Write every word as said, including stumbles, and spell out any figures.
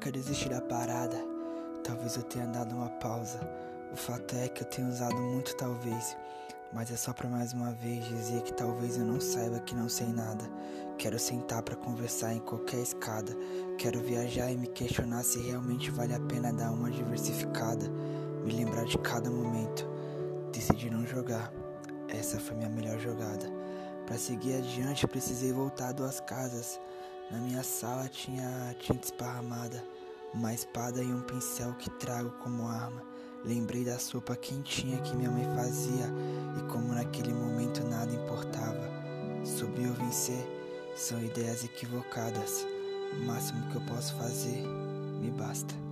nunca desisti da parada. Talvez eu tenha dado uma pausa. O fato é que eu tenho usado muito talvez, mas é só pra mais uma vez dizer que talvez eu não saiba que não sei nada. Quero sentar pra conversar em qualquer escada. Quero viajar e me questionar se realmente vale a pena dar uma diversificada. Me lembrar de cada momento. Decidi não jogar. Essa foi minha melhor jogada. Pra seguir adiante precisei voltar duas casas. Na minha sala tinha tinta esparramada, uma espada e um pincel que trago como arma. Lembrei da sopa quentinha que minha mãe fazia e como naquele momento nada importava. Subir ou vencer são ideias equivocadas. O máximo que eu posso fazer me basta.